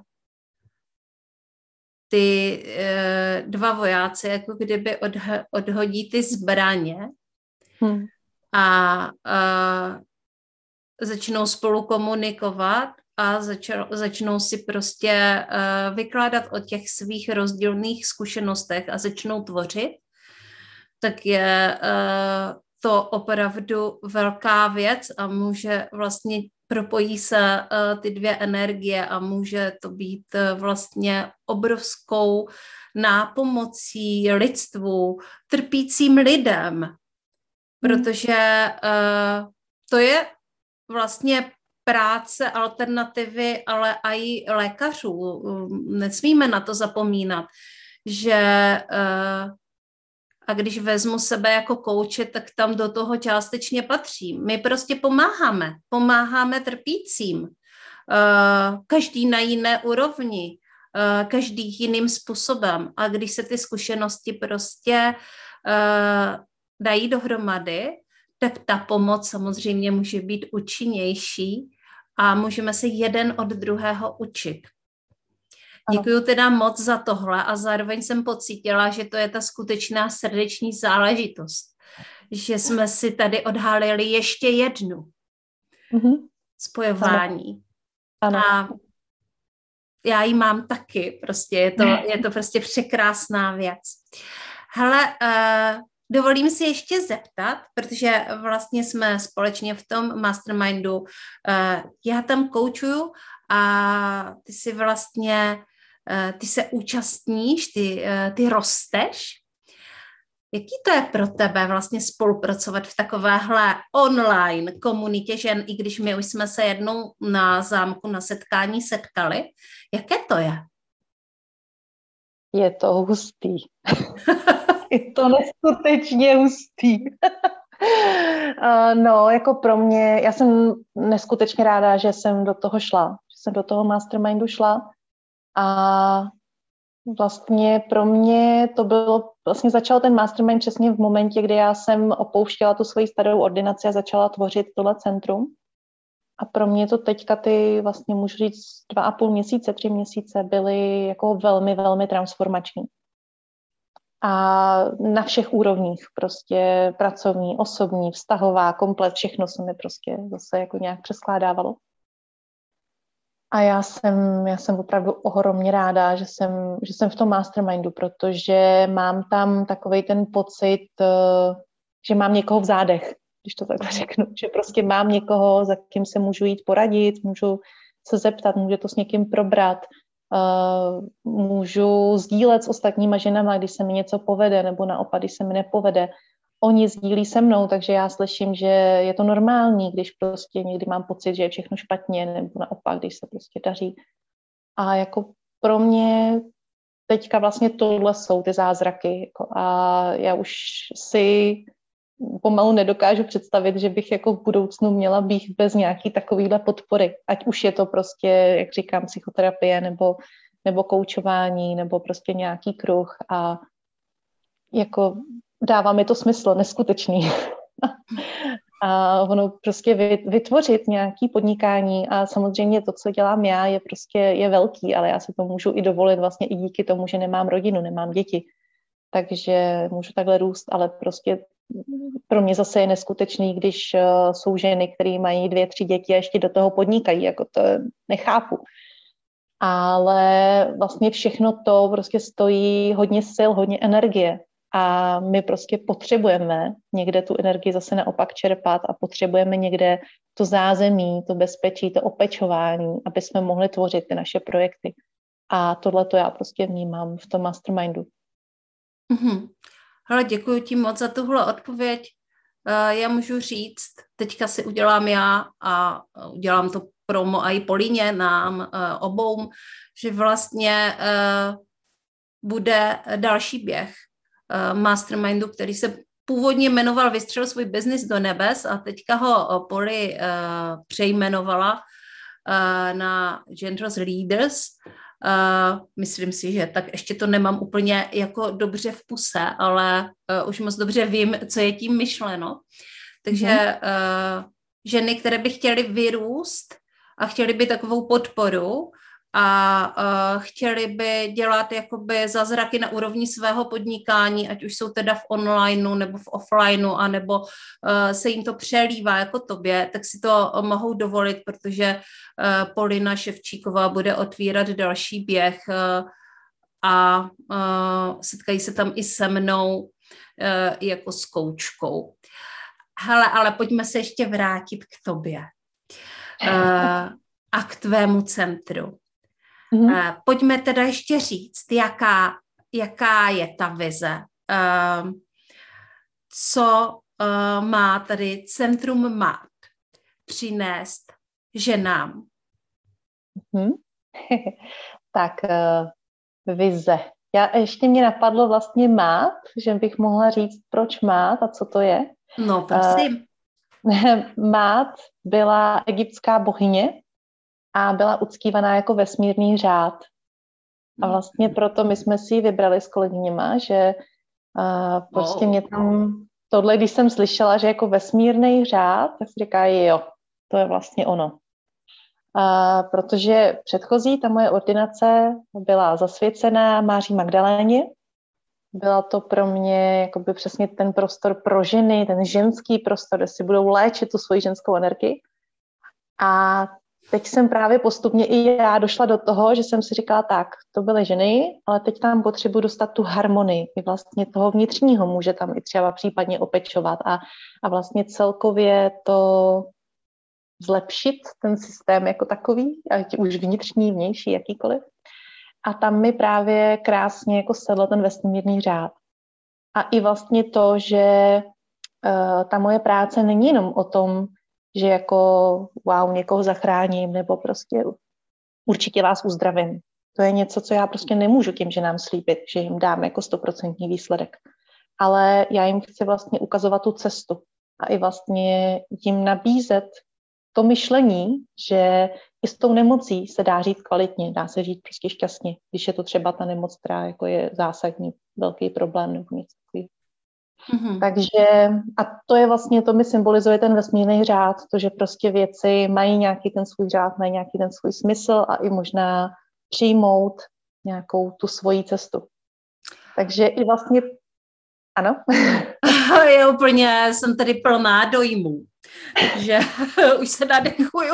[SPEAKER 1] ty uh, dva vojáci jako kdyby odh- odhodí ty zbraně hmm. a uh, začnou spolu komunikovat a začal, začnou si prostě uh, vykládat o těch svých rozdílných zkušenostech a začnou tvořit, tak je uh, to opravdu velká věc a může vlastně propojí se uh, ty dvě energie a může to být uh, vlastně obrovskou nápomocí lidstvu, trpícím lidem, protože uh, to je vlastně práce, alternativy, ale i lékařů. Nesmíme na to zapomínat, že uh, a když vezmu sebe jako kouče, tak tam do toho částečně patřím. My prostě pomáháme. Pomáháme trpícím. Uh, každý na jiné úrovni. Uh, každý jiným způsobem. A když se ty zkušenosti prostě uh, dají dohromady, tak ta pomoc samozřejmě může být účinnější a můžeme se jeden od druhého učit. Děkuju teda moc za tohle a zároveň jsem pocítila, že to je ta skutečná srdeční záležitost. Že jsme si tady odhalili ještě jednu mm-hmm. spojování.
[SPEAKER 2] Ano.
[SPEAKER 1] A já ji mám taky, prostě je to, je to prostě překrásná věc. Hele, uh, dovolím si ještě zeptat, protože vlastně jsme společně v tom mastermindu, uh, já tam koučuju a ty si vlastně ty se účastníš, ty, ty rosteš. Jaký to je pro tebe vlastně spolupracovat v takovéhle online komunitě žen, i když my už jsme se jednou na zámku na setkání setkali? Jaké to je?
[SPEAKER 2] Je to hustý. Je to neskutečně hustý. No, jako pro mě, já jsem neskutečně ráda, že jsem do toho šla, že jsem do toho mastermindu šla. A vlastně pro mě to bylo, vlastně začal ten mastermind přesně v momentě, kdy já jsem opouštěla tu svoji starou ordinaci a začala tvořit tohle centrum. A pro mě to teďka ty, vlastně můžu říct, dva a půl měsíce, tři měsíce byly jako velmi, velmi transformační. A na všech úrovních, prostě pracovní, osobní, vztahová, komplet, všechno se mi prostě zase jako nějak přeskládávalo. A já jsem, já jsem opravdu ohromně ráda, že jsem, že jsem v tom mastermindu, protože mám tam takovej ten pocit, že mám někoho v zádech, když to takhle řeknu, že prostě mám někoho, za kým se můžu jít poradit, můžu se zeptat, můžu to s někým probrat, můžu sdílet s ostatníma ženama, když se mi něco povede, nebo naopak, když se mi nepovede. Oni sdílí se mnou, takže já slyším, že je to normální, když prostě někdy mám pocit, že je všechno špatně, nebo naopak, když se prostě daří. A jako pro mě teďka vlastně tohle jsou ty zázraky. A já už si pomalu nedokážu představit, že bych jako v budoucnu měla být bez nějaký takovýhle podpory. Ať už je to prostě, jak říkám, psychoterapie, nebo, nebo koučování, nebo prostě nějaký kruh. A jako dává mi to smysl, neskutečný. A ono prostě vytvořit nějaké podnikání a samozřejmě to, co dělám já, je prostě je velký, ale já si to můžu i dovolit vlastně i díky tomu, že nemám rodinu, nemám děti. takže můžu takhle růst, ale prostě pro mě zase je neskutečný, když uh, jsou ženy, které mají dvě, tři děti a ještě do toho podnikají, jako to nechápu. Ale vlastně všechno to prostě stojí hodně sil, hodně energie a my prostě potřebujeme někde tu energii zase naopak čerpat a potřebujeme někde to zázemí, to bezpečí, to opečování, aby jsme mohli tvořit ty naše projekty. A tohle to já prostě vnímám v tom mastermindu.
[SPEAKER 1] Mm-hmm. Hele, děkuji ti moc za tuhle odpověď. Uh, já můžu říct, teďka si udělám já a udělám to promo a i Políně, nám uh, obou, že vlastně uh, bude další běh uh, mastermindu, který se původně jmenoval Vystřel svůj biznis do nebes a teďka ho uh, Poli uh, přejmenovala uh, na Generous Leaders. Uh, myslím si, že tak ještě to nemám úplně jako dobře v puse, ale uh, už moc dobře vím, co je tím myšleno. Takže mm-hmm. uh, ženy, které by chtěly vyrůst a chtěly by takovou podporu a uh, chtěli by dělat jakoby zázraky na úrovni svého podnikání, ať už jsou teda v onlineu nebo v offlineu, anebo uh, se jim to přelívá jako tobě, tak si to mohou dovolit, protože uh, Polina Ševčíková bude otvírat další běh uh, a uh, setkají se tam i se mnou uh, jako s koučkou. Hele, ale pojďme se ještě vrátit k tobě uh, a k tvému centru. Mm-hmm. Pojďme teda ještě říct, jaká, jaká je ta vize, uh, co uh, má tady Centrum M A T přinést ženám.
[SPEAKER 2] Mm-hmm. Tak, uh, vize. Já, ještě mě napadlo vlastně M A T, že bych mohla říct, proč M A T a co to je.
[SPEAKER 1] No, prosím.
[SPEAKER 2] Uh, M A T byla egyptská bohyně, a byla uctívaná jako vesmírný řád. A vlastně proto my jsme si ji vybrali s kolegyněma, že uh, prostě mě tam tohle, když jsem slyšela, že jako vesmírný řád, tak si říká, jo, to je vlastně ono. Uh, protože předchozí, ta moje ordinace byla zasvěcená Máří Magdaléně. Byla to pro mě jakoby přesně ten prostor pro ženy, ten ženský prostor, kde si budou léčit tu svoji ženskou energii. A teď jsem právě postupně i já došla do toho, že jsem si říkala, tak, to byly ženy, ale teď tam potřebuji dostat tu harmonii, i vlastně toho vnitřního může tam i třeba případně opečovat a, a vlastně celkově to zlepšit, ten systém jako takový, ať už vnitřní, vnější, jakýkoliv. A tam mi právě krásně jako sedl ten vesmírný řád. A i vlastně to, že uh, ta moje práce není jenom o tom, že jako wow, někoho zachráním, nebo prostě určitě vás uzdravím. To je něco, co já prostě nemůžu těm ženám slíbit, že jim dám jako stoprocentní výsledek. Ale já jim chci vlastně ukazovat tu cestu a i vlastně jim nabízet to myšlení, že i s tou nemocí se dá žít kvalitně, dá se žít prostě šťastně, když je to třeba ta nemoc, která jako je zásadní, velký problém nebo něco takový. Mm-hmm. Takže a to je vlastně, to mi symbolizuje ten vesmírný řád, to, že prostě věci mají nějaký ten svůj řád, mají nějaký ten svůj smysl a i možná přijmout nějakou tu svoji cestu. Takže i vlastně, ano.
[SPEAKER 1] Já úplně jsem tady plná dojmů, takže už se nadechuju.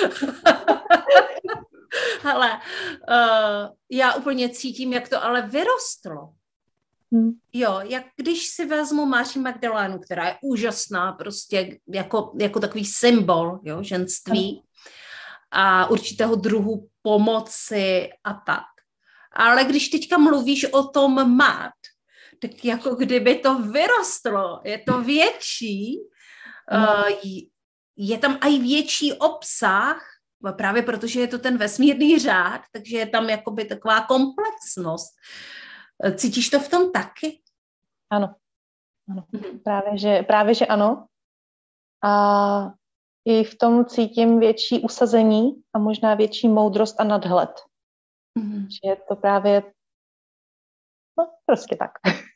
[SPEAKER 1] Hele, uh, já úplně cítím, jak to ale vyrostlo. Hmm. Jo, jak když si vezmu Máří Magdalénu, která je úžasná, prostě jako, jako takový symbol, jo, ženství hmm. a určitého druhu pomoci a tak. Ale když teďka mluvíš o tom M A T, tak jako kdyby to vyrostlo, je to větší, hmm. uh, je tam i větší obsah, právě protože je to ten vesmírný řád, takže je tam jakoby taková komplexnost. Cítíš to v tom taky?
[SPEAKER 2] Ano. ano. Mm-hmm. Právě, že, právě, že ano. A i v tom cítím větší usazení a možná větší moudrost a nadhled. Mm-hmm. Že je to právě no, prostě tak.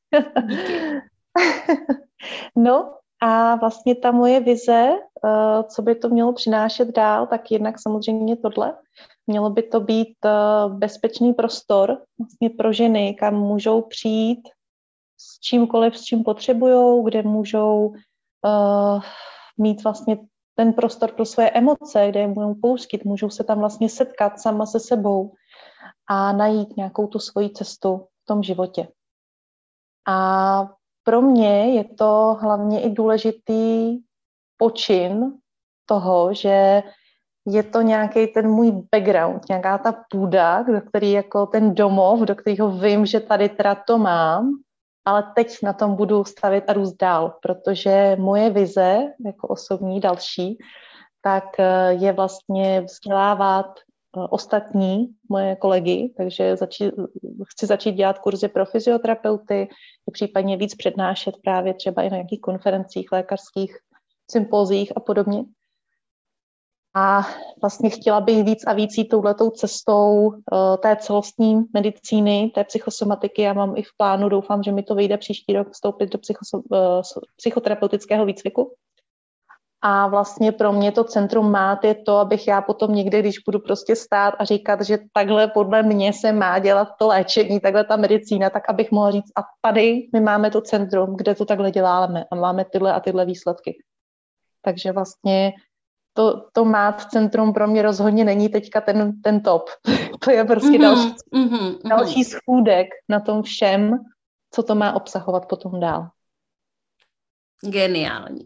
[SPEAKER 2] No a vlastně ta moje vize, co by to mělo přinášet dál, tak jednak samozřejmě tohle. Mělo by to být bezpečný prostor vlastně pro ženy, kam můžou přijít s čímkoliv, s čím potřebujou, kde můžou uh, mít vlastně ten prostor pro svoje emoce, kde je můžou pouštět, můžou se tam vlastně setkat sama se sebou a najít nějakou tu svoji cestu v tom životě. A pro mě je to hlavně i důležitý počin toho, že je to nějaký ten můj background, nějaká ta půda, do který jako ten domov, do kterého vím, že tady teda to mám, ale teď na tom budu stavět a růst dál, protože moje vize, jako osobní další, tak je vlastně vzdělávat ostatní moje kolegy, takže začít, chci začít dělat kurzy pro fyzioterapeuty, případně víc přednášet právě třeba i na nějakých konferencích, lékařských sympozích a podobně. A vlastně chtěla bych víc a víc jít touhletou cestou uh, té celostní medicíny, té psychosomatiky. Já mám i v plánu, doufám, že mi to vyjde příští rok, vstoupit do psychoso- uh, psychoterapeutického výcviku. A vlastně pro mě to centrum mát je to, abych já potom někde, když budu prostě stát a říkat, že takhle podle mě se má dělat to léčení, takhle ta medicína, tak abych mohla říct, a tady my máme to centrum, kde to takhle děláme a máme tyhle a tyhle výsledky. Takže vlastně to, to mát centrum pro mě rozhodně není teďka ten, ten top. To je prostě mm-hmm, další, mm-hmm. další schůdek na tom všem, co to má obsahovat potom dál.
[SPEAKER 1] Geniální.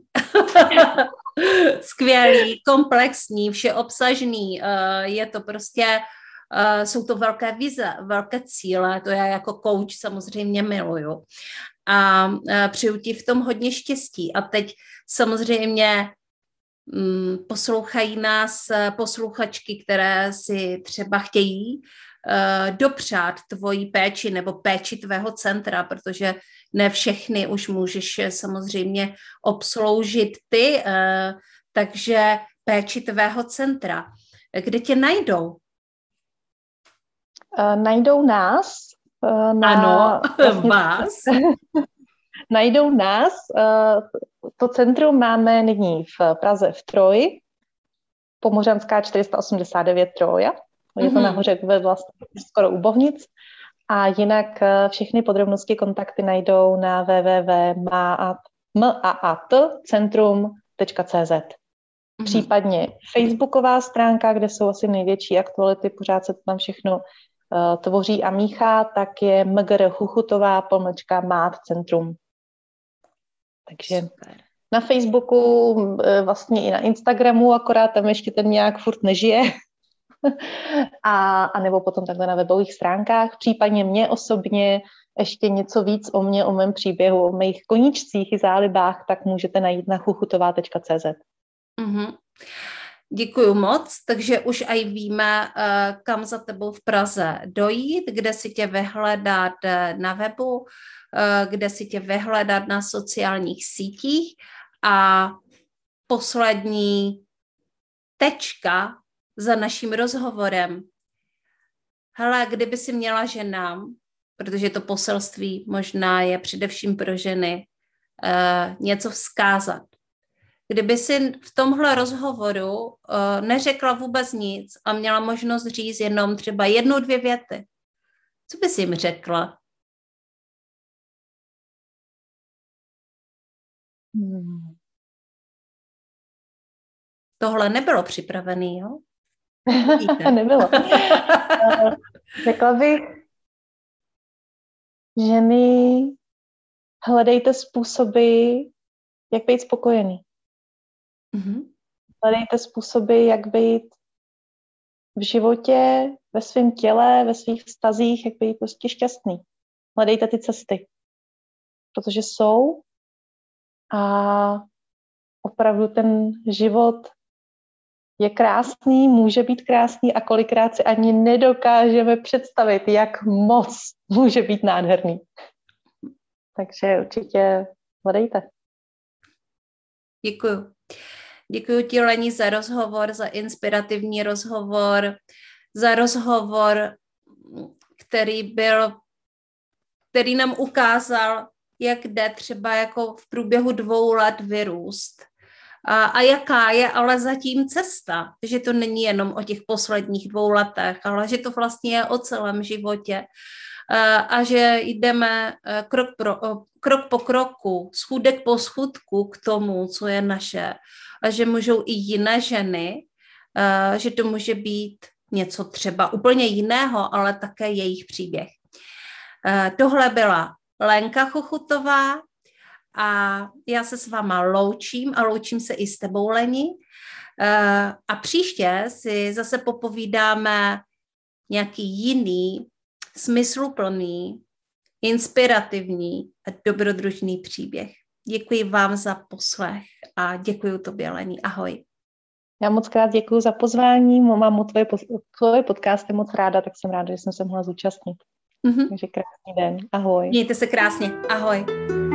[SPEAKER 1] Skvělý, komplexní, všeobsažný. Je to prostě, jsou to velké vize, velké cíle, to já jako coach samozřejmě miluju. A přeju ti v tom hodně štěstí. A teď samozřejmě poslouchají nás posluchačky, které si třeba chtějí dopřát tvoji péči nebo péči tvého centra, protože ne všechny už můžeš samozřejmě obsloužit ty, takže péči tvého centra. Kde tě najdou?
[SPEAKER 2] Najdou nás.
[SPEAKER 1] Na, ano, vlastně, vás.
[SPEAKER 2] Najdou nás. To centrum máme nyní v Praze v Troji, Pomořanská čtyři sta osmdesát devět Troja. Je to nahoře ve vlastně skoro u Bohnic. A jinak všechny podrobnosti, kontakty najdou na w w w tečka maat centrum tečka c z. Mm-hmm. Případně facebooková stránka, kde jsou asi největší aktuality, pořád se tam všechno uh, tvoří a míchá, tak je mgr chuchutová pomlčka mát centrum. Takže super. Na Facebooku, uh, vlastně i na Instagramu, akorát tam ještě ten nějak furt nežije. A, a nebo potom takhle na webových stránkách. Případně mě osobně ještě něco víc o mě, o mém příběhu, o mých koníčcích i zálibách, tak můžete najít na chuchutová tečka c z.
[SPEAKER 1] Mm-hmm. Děkuju moc, takže už aj víme, kam za tebou v Praze dojít, kde si tě vyhledat na webu, kde si tě vyhledat na sociálních sítích a poslední tečka za naším rozhovorem. Hele, kdyby si měla ženám, protože to poselství možná je především pro ženy, uh, něco vzkázat. Kdyby si v tomhle rozhovoru uh, neřekla vůbec nic a měla možnost říct jenom třeba jednu, dvě věty, co bys jim řekla? Hmm. Tohle nebylo připravený, jo?
[SPEAKER 2] Nebylo. Řekla bych, ženy, hledejte způsoby, jak být spokojený. Mm-hmm. Hledejte způsoby, jak být v životě, ve svém těle, ve svých vztazích, jak být prostě šťastný. Hledejte ty cesty, protože jsou a opravdu ten život je krásný, může být krásný a kolikrát si ani nedokážeme představit, jak moc může být nádherný. Takže určitě hledejte.
[SPEAKER 1] Děkuju. Děkuju ti, Leni, za rozhovor, za inspirativní rozhovor, za rozhovor, který byl, který nám ukázal, jak jde třeba jako v průběhu dvou let vyrůst. A, a jaká je ale zatím cesta, že to není jenom o těch posledních dvou letech, ale že to vlastně je o celém životě. a že jdeme krok, pro, krok po kroku, schůdek po schůdku k tomu, co je naše, a že můžou i jiné ženy, že to může být něco třeba úplně jiného, ale také jejich příběh. Tohle byla Lenka Chochutová a já se s váma loučím a loučím se i s tebou, Leni. A příště si zase popovídáme nějaký jiný, smysluplný, inspirativní a dobrodružný příběh. Děkuji vám za poslech a děkuji tobě, Leni. Ahoj.
[SPEAKER 2] Já moc krát děkuji za pozvání, mám u tvoje, tvoje podcasty moc ráda, tak jsem ráda, že jsem se mohla zúčastnit. Mm-hmm. Takže krásný den. Ahoj.
[SPEAKER 1] Mějte se krásně. Ahoj.